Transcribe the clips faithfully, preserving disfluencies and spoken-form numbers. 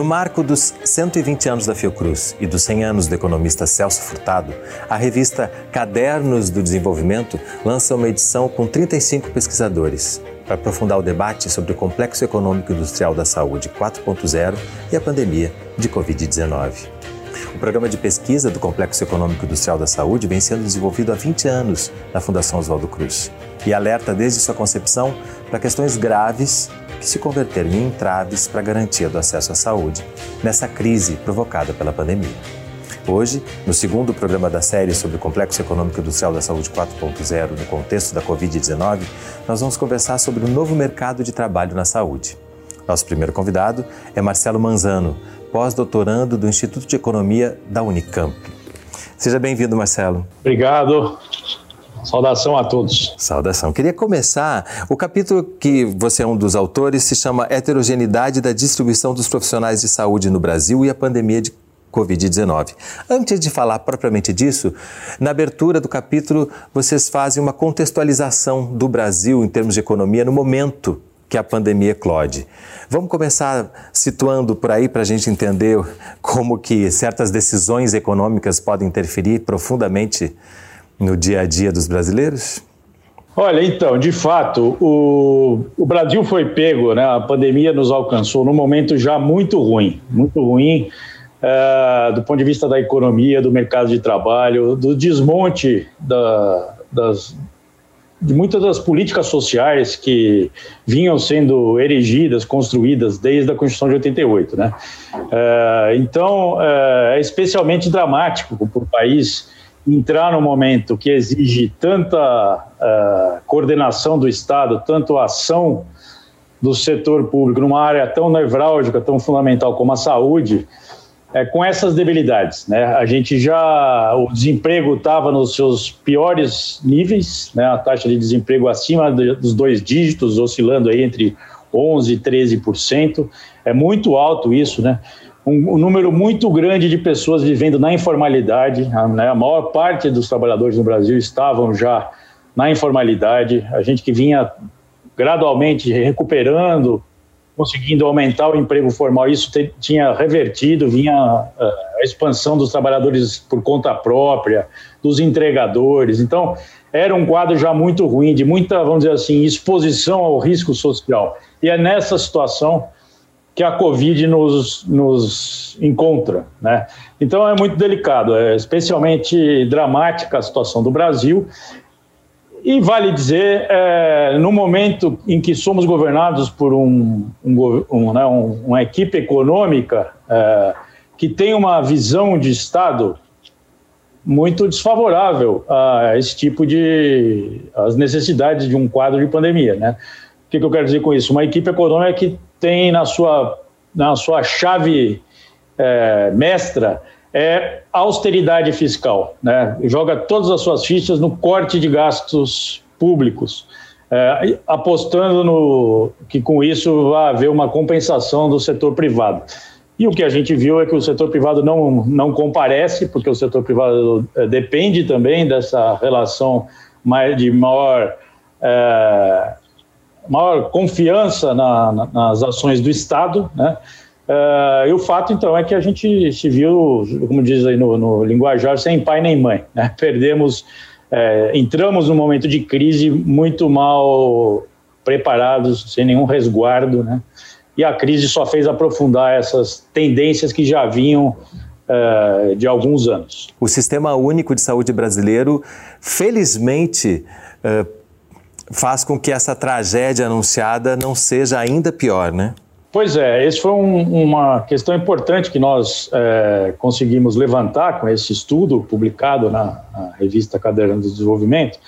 marco dos cento e vinte anos da Fiocruz e dos cem anos do economista Celso Furtado, a revista Cadernos do Desenvolvimento lança uma edição com trinta e cinco pesquisadores para aprofundar o debate sobre o complexo econômico industrial da saúde quatro ponto zero e a pandemia de covid dezenove. O programa de pesquisa do Complexo Econômico Industrial da Saúde vem sendo desenvolvido há vinte anos na Fundação Oswaldo Cruz e alerta desde sua concepção para questões graves que se converteram em entraves para a garantia do acesso à saúde nessa crise provocada pela pandemia. Hoje, no segundo programa da série sobre o Complexo Econômico Industrial da Saúde quatro ponto zero no contexto da covid dezenove, nós vamos conversar sobre o novo mercado de trabalho na saúde. Nosso primeiro convidado é Marcelo Manzano, pós-doutorando do Instituto de Economia da Unicamp. Seja bem-vindo, Marcelo. Obrigado. Saudação a todos. Saudação. Queria começar, o capítulo que você é um dos autores se chama Heterogeneidade da Distribuição dos Profissionais de Saúde no Brasil e a Pandemia de covid dezenove. Antes de falar propriamente disso, na abertura do capítulo vocês fazem uma contextualização do Brasil em termos de economia no momento que a pandemia eclode. Vamos começar situando por aí para a gente entender como que certas decisões econômicas podem interferir profundamente no dia a dia dos brasileiros? Olha, então, de fato, o, o Brasil foi pego, né? A pandemia nos alcançou num momento já muito ruim, muito ruim é, do ponto de vista da economia, do mercado de trabalho, do desmonte da, das de muitas das políticas sociais que vinham sendo erigidas, construídas desde a Constituição de oitenta e oito, né? É, então, é, é especialmente dramático para o país entrar num momento que exige tanta uh, coordenação do Estado, tanto a ação do setor público numa área tão nevrálgica, tão fundamental como a saúde, é, com essas debilidades, né? A gente já, o desemprego estava nos seus piores níveis, né? A taxa de desemprego acima de, dos dois dígitos, oscilando aí entre onze e treze por cento, é muito alto isso, né? Um, um número muito grande de pessoas vivendo na informalidade, né? A maior parte dos trabalhadores no Brasil estavam já na informalidade, a gente que vinha gradualmente recuperando, conseguindo aumentar o emprego formal, isso te, tinha revertido, vinha uh, a expansão dos trabalhadores por conta própria, dos entregadores, então era um quadro já muito ruim, de muita, vamos dizer assim, exposição ao risco social, e é nessa situação que a Covid nos, nos encontra, né? Então é muito delicado, é especialmente dramática a situação do Brasil. E vale dizer, é, no momento em que somos governados por um, um, um, né, um, uma equipe econômica é, que tem uma visão de Estado muito desfavorável a esse tipo de as necessidades de um quadro de pandemia, né? O que, que eu quero dizer com isso? Uma equipe econômica que tem na sua, na sua chave é, mestra é austeridade fiscal, né? Joga todas as suas fichas no corte de gastos públicos, é, apostando no, que com isso vai haver uma compensação do setor privado. E o que a gente viu é que o setor privado não, não comparece, porque o setor privado é, depende também dessa relação de maior, é, maior confiança na, na, nas ações do Estado, né? Uh, e o fato, então, é que a gente se viu, como diz aí no, no linguajar, sem pai nem mãe, né? Perdemos, é, entramos num momento de crise muito mal preparados, sem nenhum resguardo, né? E a crise só fez aprofundar essas tendências que já vinham uh, de alguns anos. O Sistema Único de Saúde brasileiro, felizmente, uh, faz com que essa tragédia anunciada não seja ainda pior, né? Pois é, essa foi um, uma questão importante que nós é, conseguimos levantar com esse estudo publicado na, na revista Cadernos do Desenvolvimento.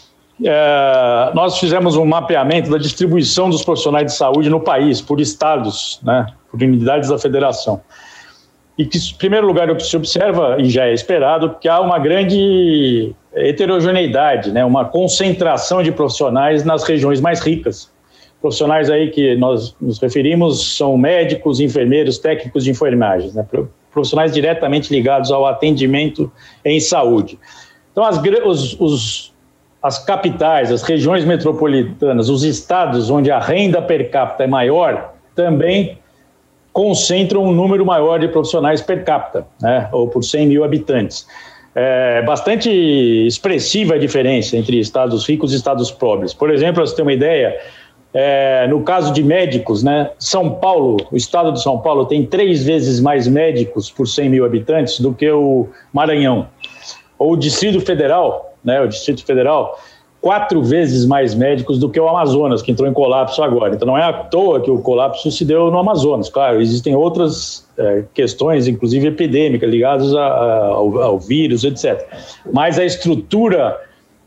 É, nós fizemos um mapeamento da distribuição dos profissionais de saúde no país, por estados, né, por unidades da federação. E que, em primeiro lugar, o que se observa, e já é esperado, que há uma grande heterogeneidade, né, uma concentração de profissionais nas regiões mais ricas. Profissionais aí que nós nos referimos são médicos, enfermeiros, técnicos de enfermagem, né? Profissionais diretamente ligados ao atendimento em saúde. Então, as, os, os, as capitais, as regiões metropolitanas, os estados onde a renda per capita é maior, também concentram um número maior de profissionais per capita, né, ou por cem mil habitantes. É bastante expressiva a diferença entre estados ricos e estados pobres. Por exemplo, para você ter uma ideia, é, no caso de médicos, né, São Paulo, o estado de São Paulo tem três vezes mais médicos por cem mil habitantes do que o Maranhão. Ou o Distrito Federal, né, o Distrito Federal, quatro vezes mais médicos do que o Amazonas, que entrou em colapso agora. Então não é à toa que o colapso se deu no Amazonas. Claro, existem outras é, questões, inclusive epidêmicas, ligadas a, a, ao, ao vírus, etcétera. Mas a estrutura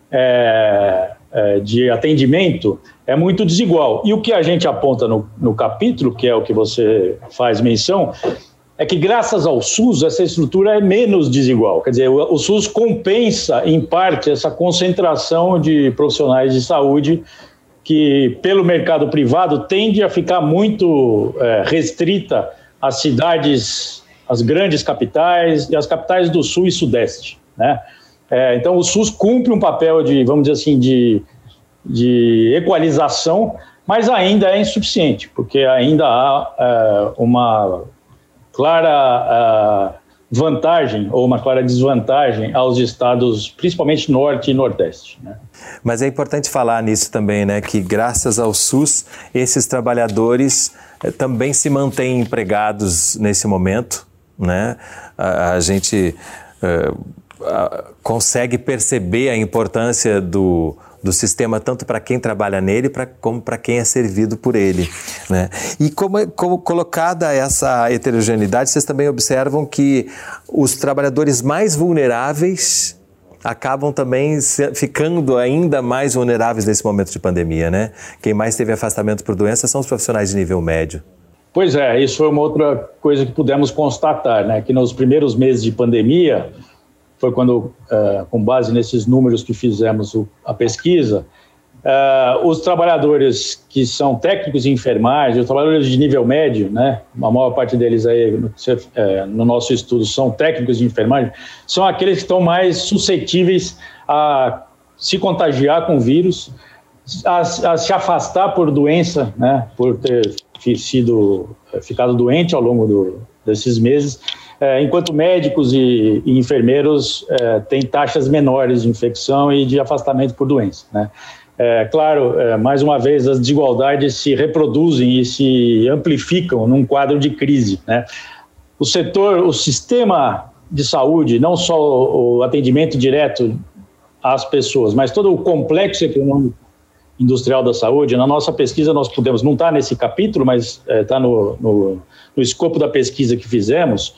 é, é, de atendimento é muito desigual. E o que a gente aponta no, no capítulo, que é o que você faz menção, é que graças ao SUS essa estrutura é menos desigual. Quer dizer, o, o SUS compensa, em parte, essa concentração de profissionais de saúde que, pelo mercado privado, tende a ficar muito é, restrita às cidades, às grandes capitais e às capitais do Sul e Sudeste, né? É, então, o SUS cumpre um papel de, vamos dizer assim, de, de equalização, mas ainda é insuficiente, porque ainda há é, uma clara uh, vantagem ou uma clara desvantagem aos estados, principalmente Norte e Nordeste, né? Mas é importante falar nisso também, né, que graças ao SUS, esses trabalhadores eh, também se mantêm empregados nesse momento, né? A, a gente uh, uh, consegue perceber a importância do do sistema, tanto para quem trabalha nele, pra, como para quem é servido por ele, né? E como, como colocada essa heterogeneidade, vocês também observam que os trabalhadores mais vulneráveis acabam também se, ficando ainda mais vulneráveis nesse momento de pandemia, né? Quem mais teve afastamento por doença são os profissionais de nível médio. Pois é, isso foi uma outra coisa que pudemos constatar, né? Que nos primeiros meses de pandemia, foi quando, uh, com base nesses números que fizemos o, a pesquisa, uh, os trabalhadores que são técnicos de enfermagem, os trabalhadores de nível médio, né, a maior parte deles aí no, uh, no nosso estudo são técnicos de enfermagem, são aqueles que estão mais suscetíveis a se contagiar com o vírus, a, a se afastar por doença, né, por ter sido, ficado doente ao longo do, desses meses, É, enquanto médicos e, e enfermeiros é, têm taxas menores de infecção e de afastamento por doença, né? É, claro, é, mais uma vez, as desigualdades se reproduzem e se amplificam num quadro de crise, né? O setor, o sistema de saúde, não só o, o atendimento direto às pessoas, mas todo o complexo econômico industrial da saúde, na nossa pesquisa nós pudemos, não está nesse capítulo, mas está é, no, no, no escopo da pesquisa que fizemos.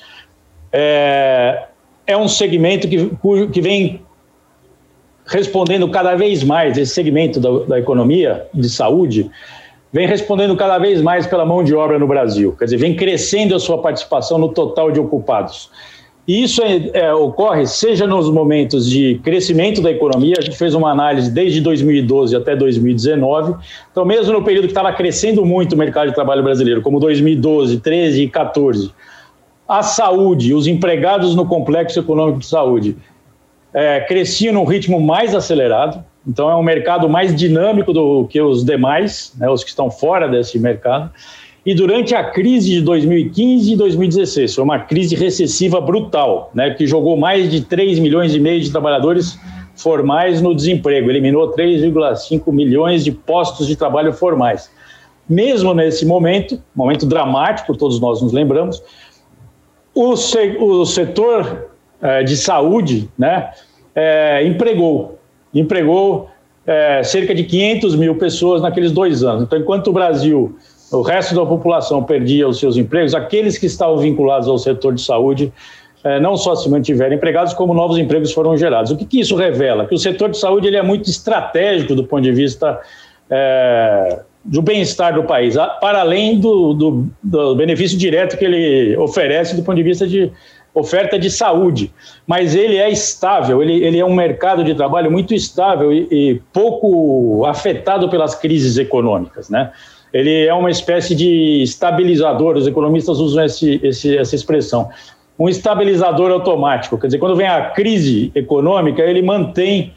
É, é um segmento que, que vem respondendo cada vez mais, esse segmento da, da economia de saúde, vem respondendo cada vez mais pela mão de obra no Brasil, quer dizer, vem crescendo a sua participação no total de ocupados. E isso é, é, ocorre seja nos momentos de crescimento da economia, a gente fez uma análise desde dois mil e doze até dois mil e dezenove, então mesmo no período que estava crescendo muito o mercado de trabalho brasileiro, como dois mil e doze, treze e quatorze, a saúde, os empregados no complexo econômico de saúde é, cresciam num ritmo mais acelerado, então é um mercado mais dinâmico do que os demais, né, os que estão fora desse mercado. E durante a crise de dois mil e quinze e dois mil e dezesseis, foi uma crise recessiva brutal, né, que jogou mais de três milhões e meio de trabalhadores formais no desemprego, eliminou três vírgula cinco milhões de postos de trabalho formais. Mesmo nesse momento, momento dramático, todos nós nos lembramos, O, se, o setor é, de saúde, né, é, empregou, empregou é, cerca de quinhentas mil pessoas naqueles dois anos. Então, enquanto o Brasil, o resto da população perdia os seus empregos, aqueles que estavam vinculados ao setor de saúde é, não só se mantiveram empregados, como novos empregos foram gerados. O que, que isso revela? Que o setor de saúde ele é muito estratégico do ponto de vista é, do bem-estar do país, para além do, do, do benefício direto que ele oferece do ponto de vista de oferta de saúde. Mas ele é estável, ele, ele é um mercado de trabalho muito estável e, e pouco afetado pelas crises econômicas, né? Ele é uma espécie de estabilizador, os economistas usam esse, esse, essa expressão, um estabilizador automático. Quer dizer, quando vem a crise econômica, ele mantém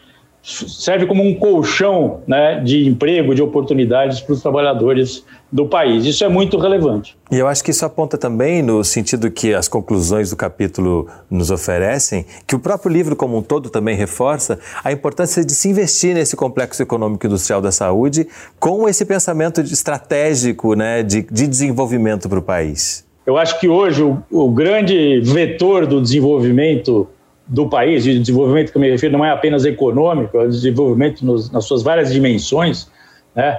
serve como um colchão, né, de emprego, de oportunidades para os trabalhadores do país. Isso é muito relevante. E eu acho que isso aponta também no sentido que as conclusões do capítulo nos oferecem, que o próprio livro como um todo também reforça a importância de se investir nesse complexo econômico industrial da saúde com esse pensamento estratégico, né, de, de desenvolvimento para o país. Eu acho que hoje o, o grande vetor do desenvolvimento do país, e o desenvolvimento que eu me refiro não é apenas econômico, é o desenvolvimento nos, nas suas várias dimensões, né,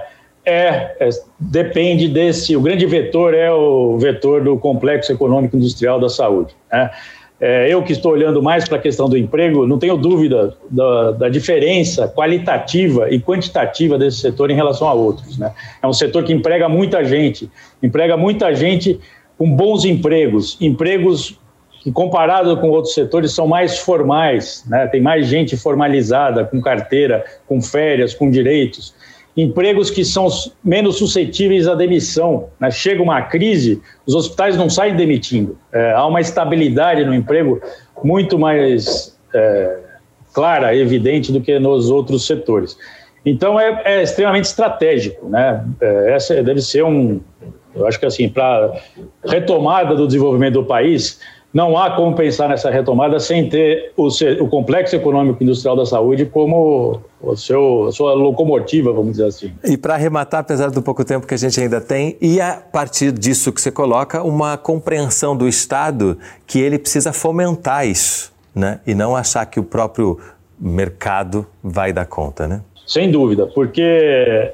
é, é, depende desse, o grande vetor é o vetor do complexo econômico industrial da saúde, né. É, eu que estou olhando mais para a questão do emprego, não tenho dúvida da, da diferença qualitativa e quantitativa desse setor em relação a outros, né. É um setor que emprega muita gente, emprega muita gente com bons empregos, empregos que, comparado com outros setores, são mais formais, né? Tem mais gente formalizada, com carteira, com férias, com direitos. Empregos que são menos suscetíveis à demissão, né? Chega uma crise, os hospitais não saem demitindo. É, há uma estabilidade no emprego muito mais é, clara, evidente do que nos outros setores. Então, é, é extremamente estratégico, né? É, essa deve ser um... Eu acho que, assim, para retomada do desenvolvimento do país, não há como pensar nessa retomada sem ter o, o complexo econômico industrial da saúde como o seu, a sua locomotiva, vamos dizer assim. E para arrematar, apesar do pouco tempo que a gente ainda tem, e a partir disso que você coloca, uma compreensão do Estado que ele precisa fomentar isso, né? E não achar que o próprio mercado vai dar conta, né? Sem dúvida, porque...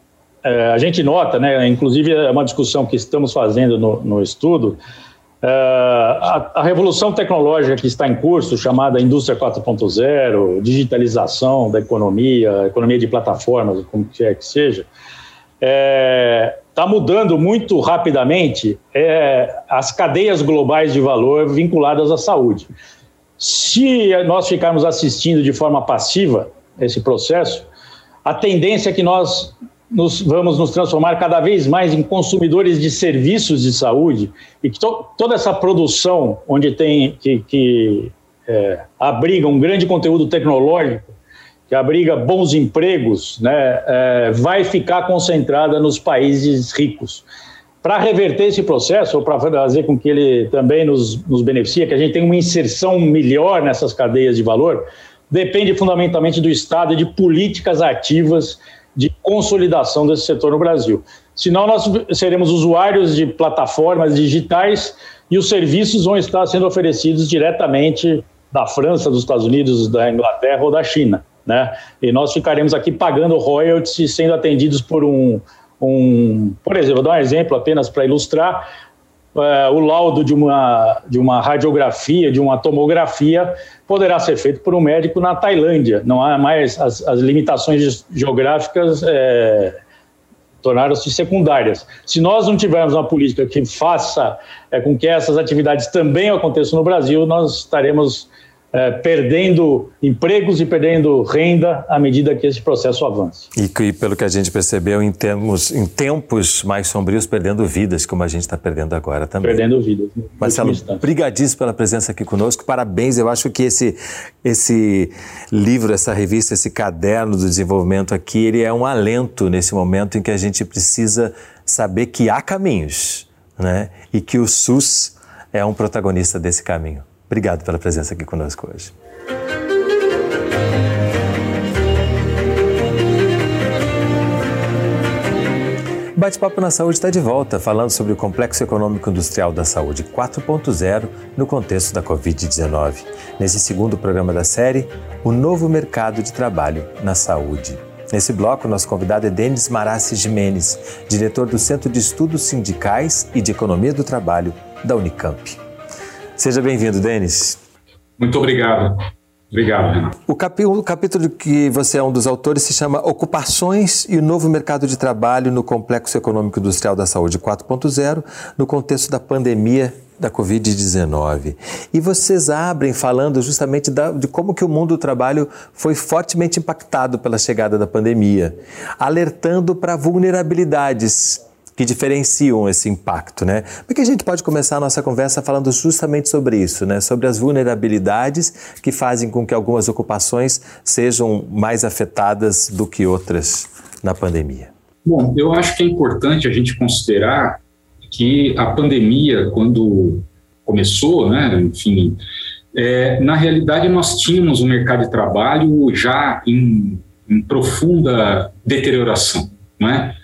É, a gente nota, né, inclusive é uma discussão que estamos fazendo no, no estudo, é, a, a revolução tecnológica que está em curso, chamada Indústria quatro ponto zero, digitalização da economia, economia de plataformas, como quer que seja, está é, mudando muito rapidamente é, as cadeias globais de valor vinculadas à saúde. Se nós ficarmos assistindo de forma passiva esse processo, a tendência é que nós... Nos, vamos nos transformar cada vez mais em consumidores de serviços de saúde e que to, toda essa produção, onde tem que, que é, abriga um grande conteúdo tecnológico, que abriga bons empregos, né, é, vai ficar concentrada nos países ricos. Para reverter esse processo, ou para fazer com que ele também nos, nos beneficie, que a gente tenha uma inserção melhor nessas cadeias de valor, depende fundamentalmente do Estado e de políticas ativas de consolidação desse setor no Brasil. Senão nós seremos usuários de plataformas digitais e os serviços vão estar sendo oferecidos diretamente da França, dos Estados Unidos, da Inglaterra ou da China, né? E nós ficaremos aqui pagando royalties e sendo atendidos por um, um... Por exemplo, vou dar um exemplo apenas para ilustrar. É, o laudo de uma, de uma radiografia, de uma tomografia, poderá ser feito por um médico na Tailândia. Não há mais, as, as limitações geográficas é, tornaram-se secundárias. Se nós não tivermos uma política que faça é, com que essas atividades também aconteçam no Brasil, nós estaremos é, perdendo empregos e perdendo renda à medida que esse processo avance. E que, pelo que a gente percebeu, em, termos, em tempos mais sombrios, perdendo vidas, como a gente está perdendo agora também. Perdendo vidas. Marcelo, brigadíssimo pela presença aqui conosco, parabéns. Eu acho que esse, esse livro, essa revista, esse caderno do desenvolvimento aqui, ele é um alento nesse momento em que a gente precisa saber que há caminhos, né? E que o SUS é um protagonista desse caminho. Obrigado pela presença aqui conosco hoje. Bate-Papo na Saúde está de volta, falando sobre o Complexo Econômico Industrial da Saúde quatro ponto zero no contexto da covid dezenove. Nesse segundo programa da série, o novo mercado de trabalho na saúde. Nesse bloco, nosso convidado é Denis Marassi Gimenez, diretor do Centro de Estudos Sindicais e de Economia do Trabalho da Unicamp. Seja bem-vindo, Denis. Muito obrigado. Obrigado, Renato. O, capi- o capítulo que você é um dos autores se chama Ocupações e o Novo Mercado de Trabalho no Complexo Econômico Industrial da Saúde quatro ponto zero, no contexto da pandemia da covid dezenove. E vocês abrem falando justamente da, de como que o mundo do trabalho foi fortemente impactado pela chegada da pandemia, alertando para vulnerabilidades que diferenciam esse impacto, né? Porque a gente pode começar a nossa conversa falando justamente sobre isso, né? Sobre as vulnerabilidades que fazem com que algumas ocupações sejam mais afetadas do que outras na pandemia. Bom, eu acho que é importante a gente considerar que a pandemia, quando começou, né, enfim, é, na realidade nós tínhamos um mercado de trabalho já em, em profunda deterioração, né?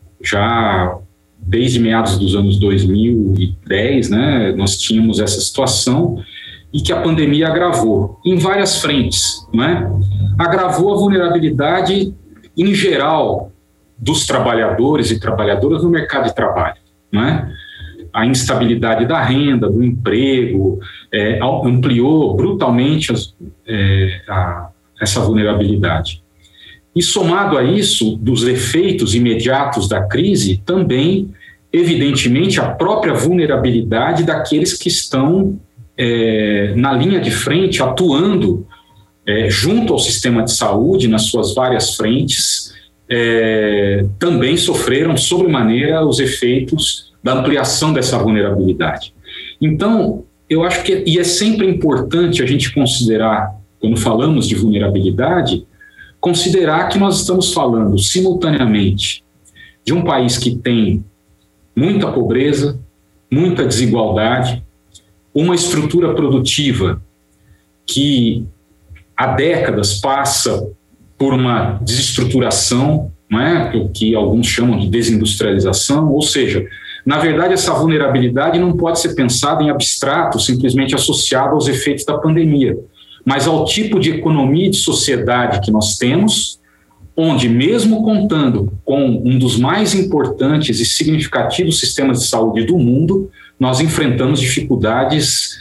Já desde meados dos anos dois mil e dez, né, nós tínhamos essa situação e que a pandemia agravou em várias frentes, né? Agravou a vulnerabilidade em geral dos trabalhadores e trabalhadoras no mercado de trabalho, né? A instabilidade da renda, do emprego, é, ampliou brutalmente as, é, a, essa vulnerabilidade. E somado a isso, dos efeitos imediatos da crise, também, evidentemente, a própria vulnerabilidade daqueles que estão é, na linha de frente, atuando é, junto ao sistema de saúde, nas suas várias frentes, é, também sofreram sobremaneira os efeitos da ampliação dessa vulnerabilidade. Então, eu acho que, e é sempre importante a gente considerar, quando falamos de vulnerabilidade, considerar que nós estamos falando simultaneamente de um país que tem muita pobreza, muita desigualdade, uma estrutura produtiva que há décadas passa por uma desestruturação, não é? O que alguns chamam de desindustrialização, ou seja, na verdade essa vulnerabilidade não pode ser pensada em abstrato, simplesmente associada aos efeitos da pandemia, mas ao tipo de economia e de sociedade que nós temos, onde mesmo contando com um dos mais importantes e significativos sistemas de saúde do mundo, nós enfrentamos dificuldades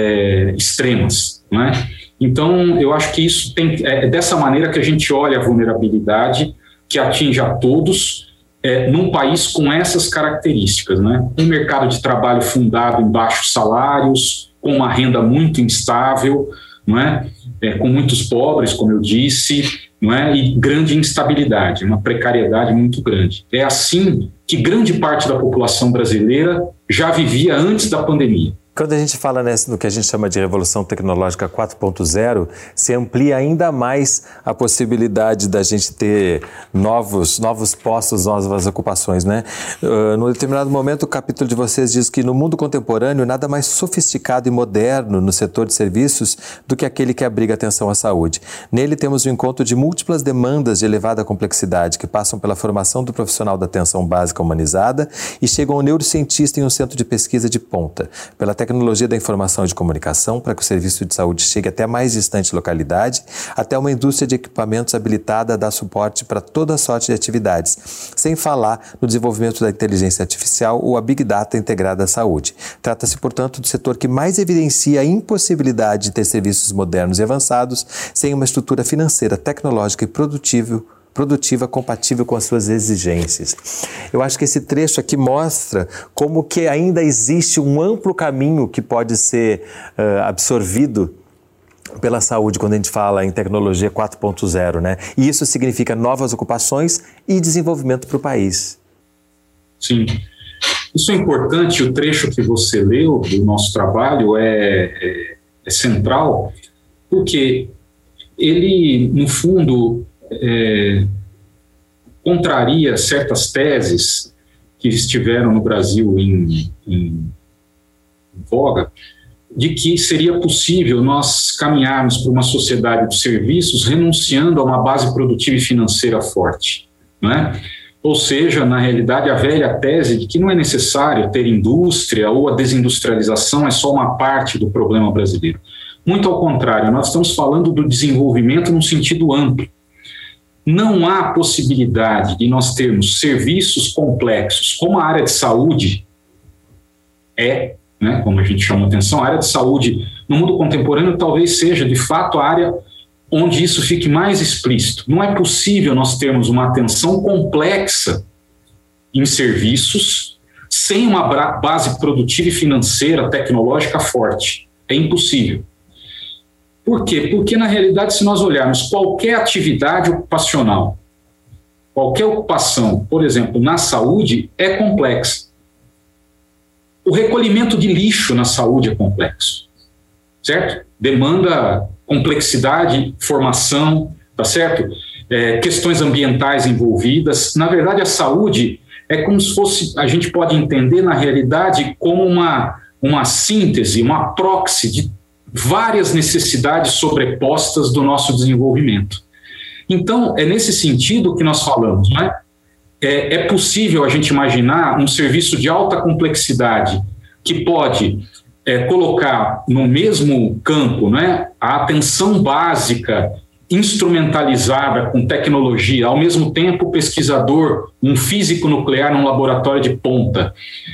é, extremas, não é? Então, eu acho que isso tem, é dessa maneira que a gente olha a vulnerabilidade que atinge a todos é, num país com essas características, né? Um mercado de trabalho fundado em baixos salários, com uma renda muito instável, não é? É, com muitos pobres, como eu disse, não é? E grande instabilidade, uma precariedade muito grande. É assim que grande parte da população brasileira já vivia antes da pandemia. Quando a gente fala nesse, no que a gente chama de Revolução Tecnológica quatro ponto zero, se amplia ainda mais a possibilidade da gente ter novos, novos postos, novas ocupações, né? Uh, num determinado momento, o capítulo de vocês diz que no mundo contemporâneo, nada mais sofisticado e moderno no setor de serviços do que aquele que abriga atenção à saúde. Nele temos o encontro de múltiplas demandas de elevada complexidade que passam pela formação do profissional da atenção básica humanizada e chegam ao neurocientista em um centro de pesquisa de ponta, pela tecnologia da informação e de comunicação para que o serviço de saúde chegue até a mais distante localidade, até uma indústria de equipamentos habilitada a dar suporte para toda sorte de atividades, sem falar no desenvolvimento da inteligência artificial ou a Big Data integrada à saúde. Trata-se, portanto, do setor que mais evidencia a impossibilidade de ter serviços modernos e avançados sem uma estrutura financeira, tecnológica e produtiva produtiva, compatível com as suas exigências. Eu acho que esse trecho aqui mostra como que ainda existe um amplo caminho que pode ser uh, absorvido pela saúde quando a gente fala em tecnologia quatro ponto zero, né? E isso significa novas ocupações e desenvolvimento para o país. Sim. Isso é importante, o trecho que você leu do nosso trabalho é, é, é central, porque ele, no fundo, É, contraria certas teses que estiveram no Brasil em, em, em voga, de que seria possível nós caminharmos para uma sociedade de serviços renunciando a uma base produtiva e financeira forte, não é? Ou seja, na realidade, a velha tese de que não é necessário ter indústria ou a desindustrialização é só uma parte do problema brasileiro. Muito ao contrário, nós estamos falando do desenvolvimento num sentido amplo. Não há possibilidade de nós termos serviços complexos, como a área de saúde é, né, como a gente chama a atenção, a área de saúde no mundo contemporâneo talvez seja, de fato, a área onde isso fique mais explícito. Não é possível nós termos uma atenção complexa em serviços sem uma base produtiva e financeira, tecnológica forte. É impossível. Por quê? Porque, na realidade, se nós olharmos qualquer atividade ocupacional, qualquer ocupação, por exemplo, na saúde, é complexa. O recolhimento de lixo na saúde é complexo, certo? Demanda complexidade, formação, tá certo? É, questões ambientais envolvidas. Na verdade, a saúde é como se fosse, a gente pode entender na realidade como uma, uma síntese, uma proxy de várias necessidades sobrepostas do nosso desenvolvimento. Então, é nesse sentido que nós falamos, né? É, é possível a gente imaginar um serviço de alta complexidade que pode é, colocar no mesmo campo, né, a atenção básica instrumentalizada com tecnologia, ao mesmo tempo pesquisador, um físico nuclear num laboratório de ponta,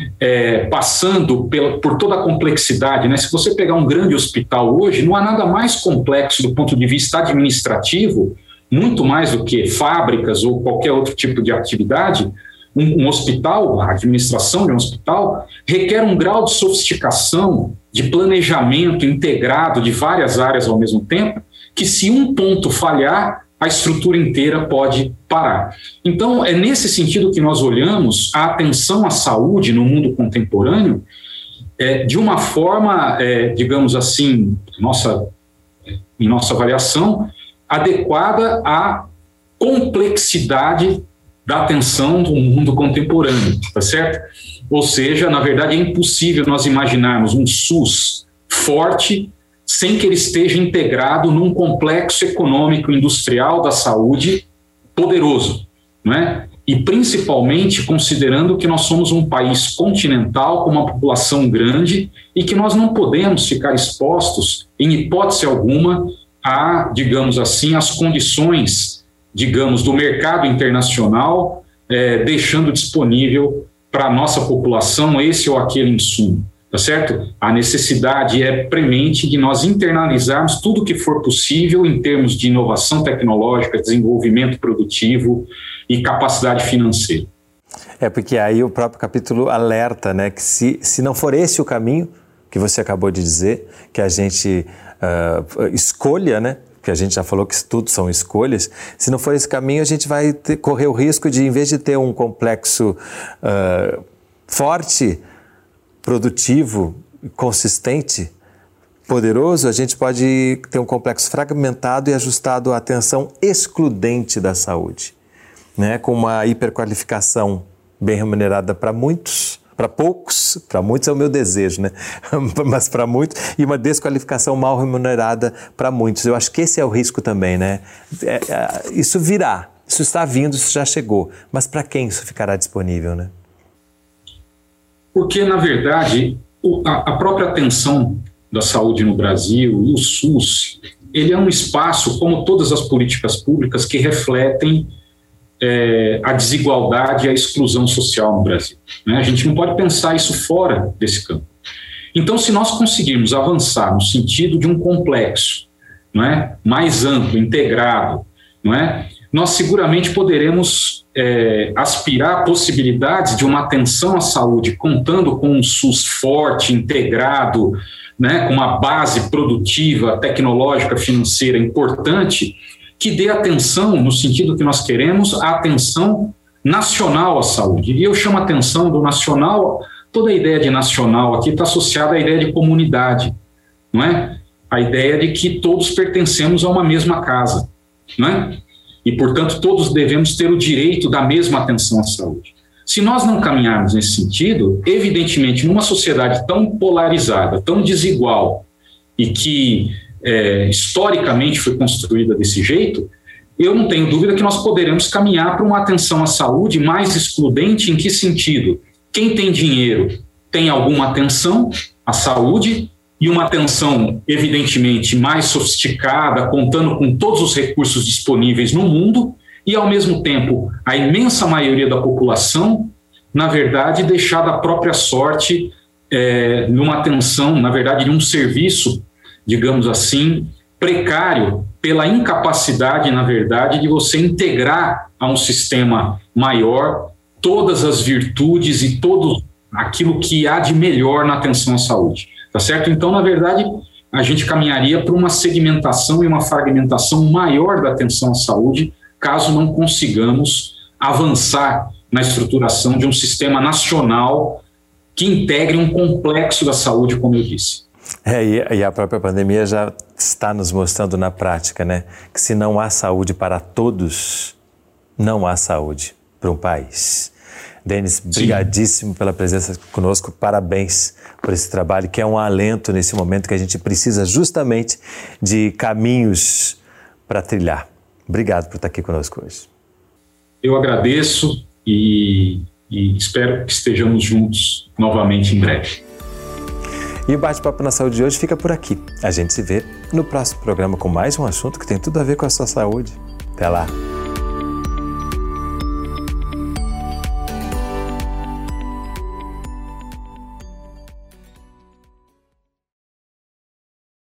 é, passando pela, por toda a complexidade, né? Se você pegar um grande hospital hoje, não há nada mais complexo do ponto de vista administrativo, muito mais do que fábricas ou qualquer outro tipo de atividade. Um, um hospital, a administração de um hospital, requer um grau de sofisticação, de planejamento integrado de várias áreas ao mesmo tempo, que se um ponto falhar, a estrutura inteira pode parar. Então, é nesse sentido que nós olhamos a atenção à saúde no mundo contemporâneo é, de uma forma, é, digamos assim, nossa, em nossa avaliação, adequada à complexidade da atenção do mundo contemporâneo, tá certo? Ou seja, na verdade, é impossível nós imaginarmos um SUS forte sem que ele esteja integrado num complexo econômico industrial da saúde poderoso, não é? E principalmente considerando que nós somos um país continental com uma população grande e que nós não podemos ficar expostos, em hipótese alguma, a, digamos assim, as condições, digamos, do mercado internacional, é, deixando disponível para a nossa população esse ou aquele insumo, tá certo? A necessidade é premente de nós internalizarmos tudo o que for possível em termos de inovação tecnológica, desenvolvimento produtivo e capacidade financeira. É porque aí o próprio capítulo alerta, né, que se, se não for esse o caminho que você acabou de dizer, que a gente uh, escolha, né? Que a gente já falou que tudo são escolhas, se não for esse caminho, a gente vai ter, correr o risco de, em vez de ter um complexo uh, forte, produtivo, consistente, poderoso, a gente pode ter um complexo fragmentado e ajustado à atenção excludente da saúde, né? Com uma hiperqualificação bem remunerada para muitos, para poucos, para muitos é o meu desejo, né? Mas para muitos, e uma desqualificação mal remunerada para muitos. Eu acho que esse é o risco também, né? É, é, isso virá, isso está vindo, isso já chegou, mas para quem isso ficará disponível, né? Porque, na verdade, a própria atenção da saúde no Brasil e o SUS, ele é um espaço, como todas as políticas públicas, que refletem É, a desigualdade e a exclusão social no Brasil, né? A gente não pode pensar isso fora desse campo. Então, se nós conseguirmos avançar no sentido de um complexo, não é, mais amplo, integrado, não é, nós seguramente poderemos é, aspirar a possibilidades de uma atenção à saúde, contando com um SUS forte, integrado, né, com uma base produtiva, tecnológica, financeira importante, que dê atenção, no sentido que nós queremos, a atenção nacional à saúde. E eu chamo a atenção do nacional, toda a ideia de nacional aqui está associada à ideia de comunidade, não é? A ideia de que todos pertencemos a uma mesma casa, não é? E, portanto, todos devemos ter o direito da mesma atenção à saúde. Se nós não caminharmos nesse sentido, evidentemente, numa sociedade tão polarizada, tão desigual, e que É, historicamente foi construída desse jeito, eu não tenho dúvida que nós poderemos caminhar para uma atenção à saúde mais excludente. Em que sentido? Quem tem dinheiro tem alguma atenção à saúde e uma atenção evidentemente mais sofisticada, contando com todos os recursos disponíveis no mundo, e ao mesmo tempo a imensa maioria da população, na verdade, deixada à própria sorte é, numa atenção, na verdade, de um serviço, digamos assim, precário pela incapacidade, na verdade, de você integrar a um sistema maior todas as virtudes e todo aquilo que há de melhor na atenção à saúde, tá certo? Então, na verdade, a gente caminharia para uma segmentação e uma fragmentação maior da atenção à saúde, caso não consigamos avançar na estruturação de um sistema nacional que integre um complexo da saúde, como eu disse. É, e a própria pandemia já está nos mostrando na prática, né, que se não há saúde para todos, não há saúde para um país. Denis, brigadíssimo pela presença conosco, parabéns por esse trabalho, que é um alento nesse momento que a gente precisa justamente de caminhos para trilhar. Obrigado por estar aqui conosco hoje. Eu agradeço e, e espero que estejamos juntos novamente em breve. E o Bate-Papo na Saúde de hoje fica por aqui. A gente se vê no próximo programa com mais um assunto que tem tudo a ver com a sua saúde. Até lá!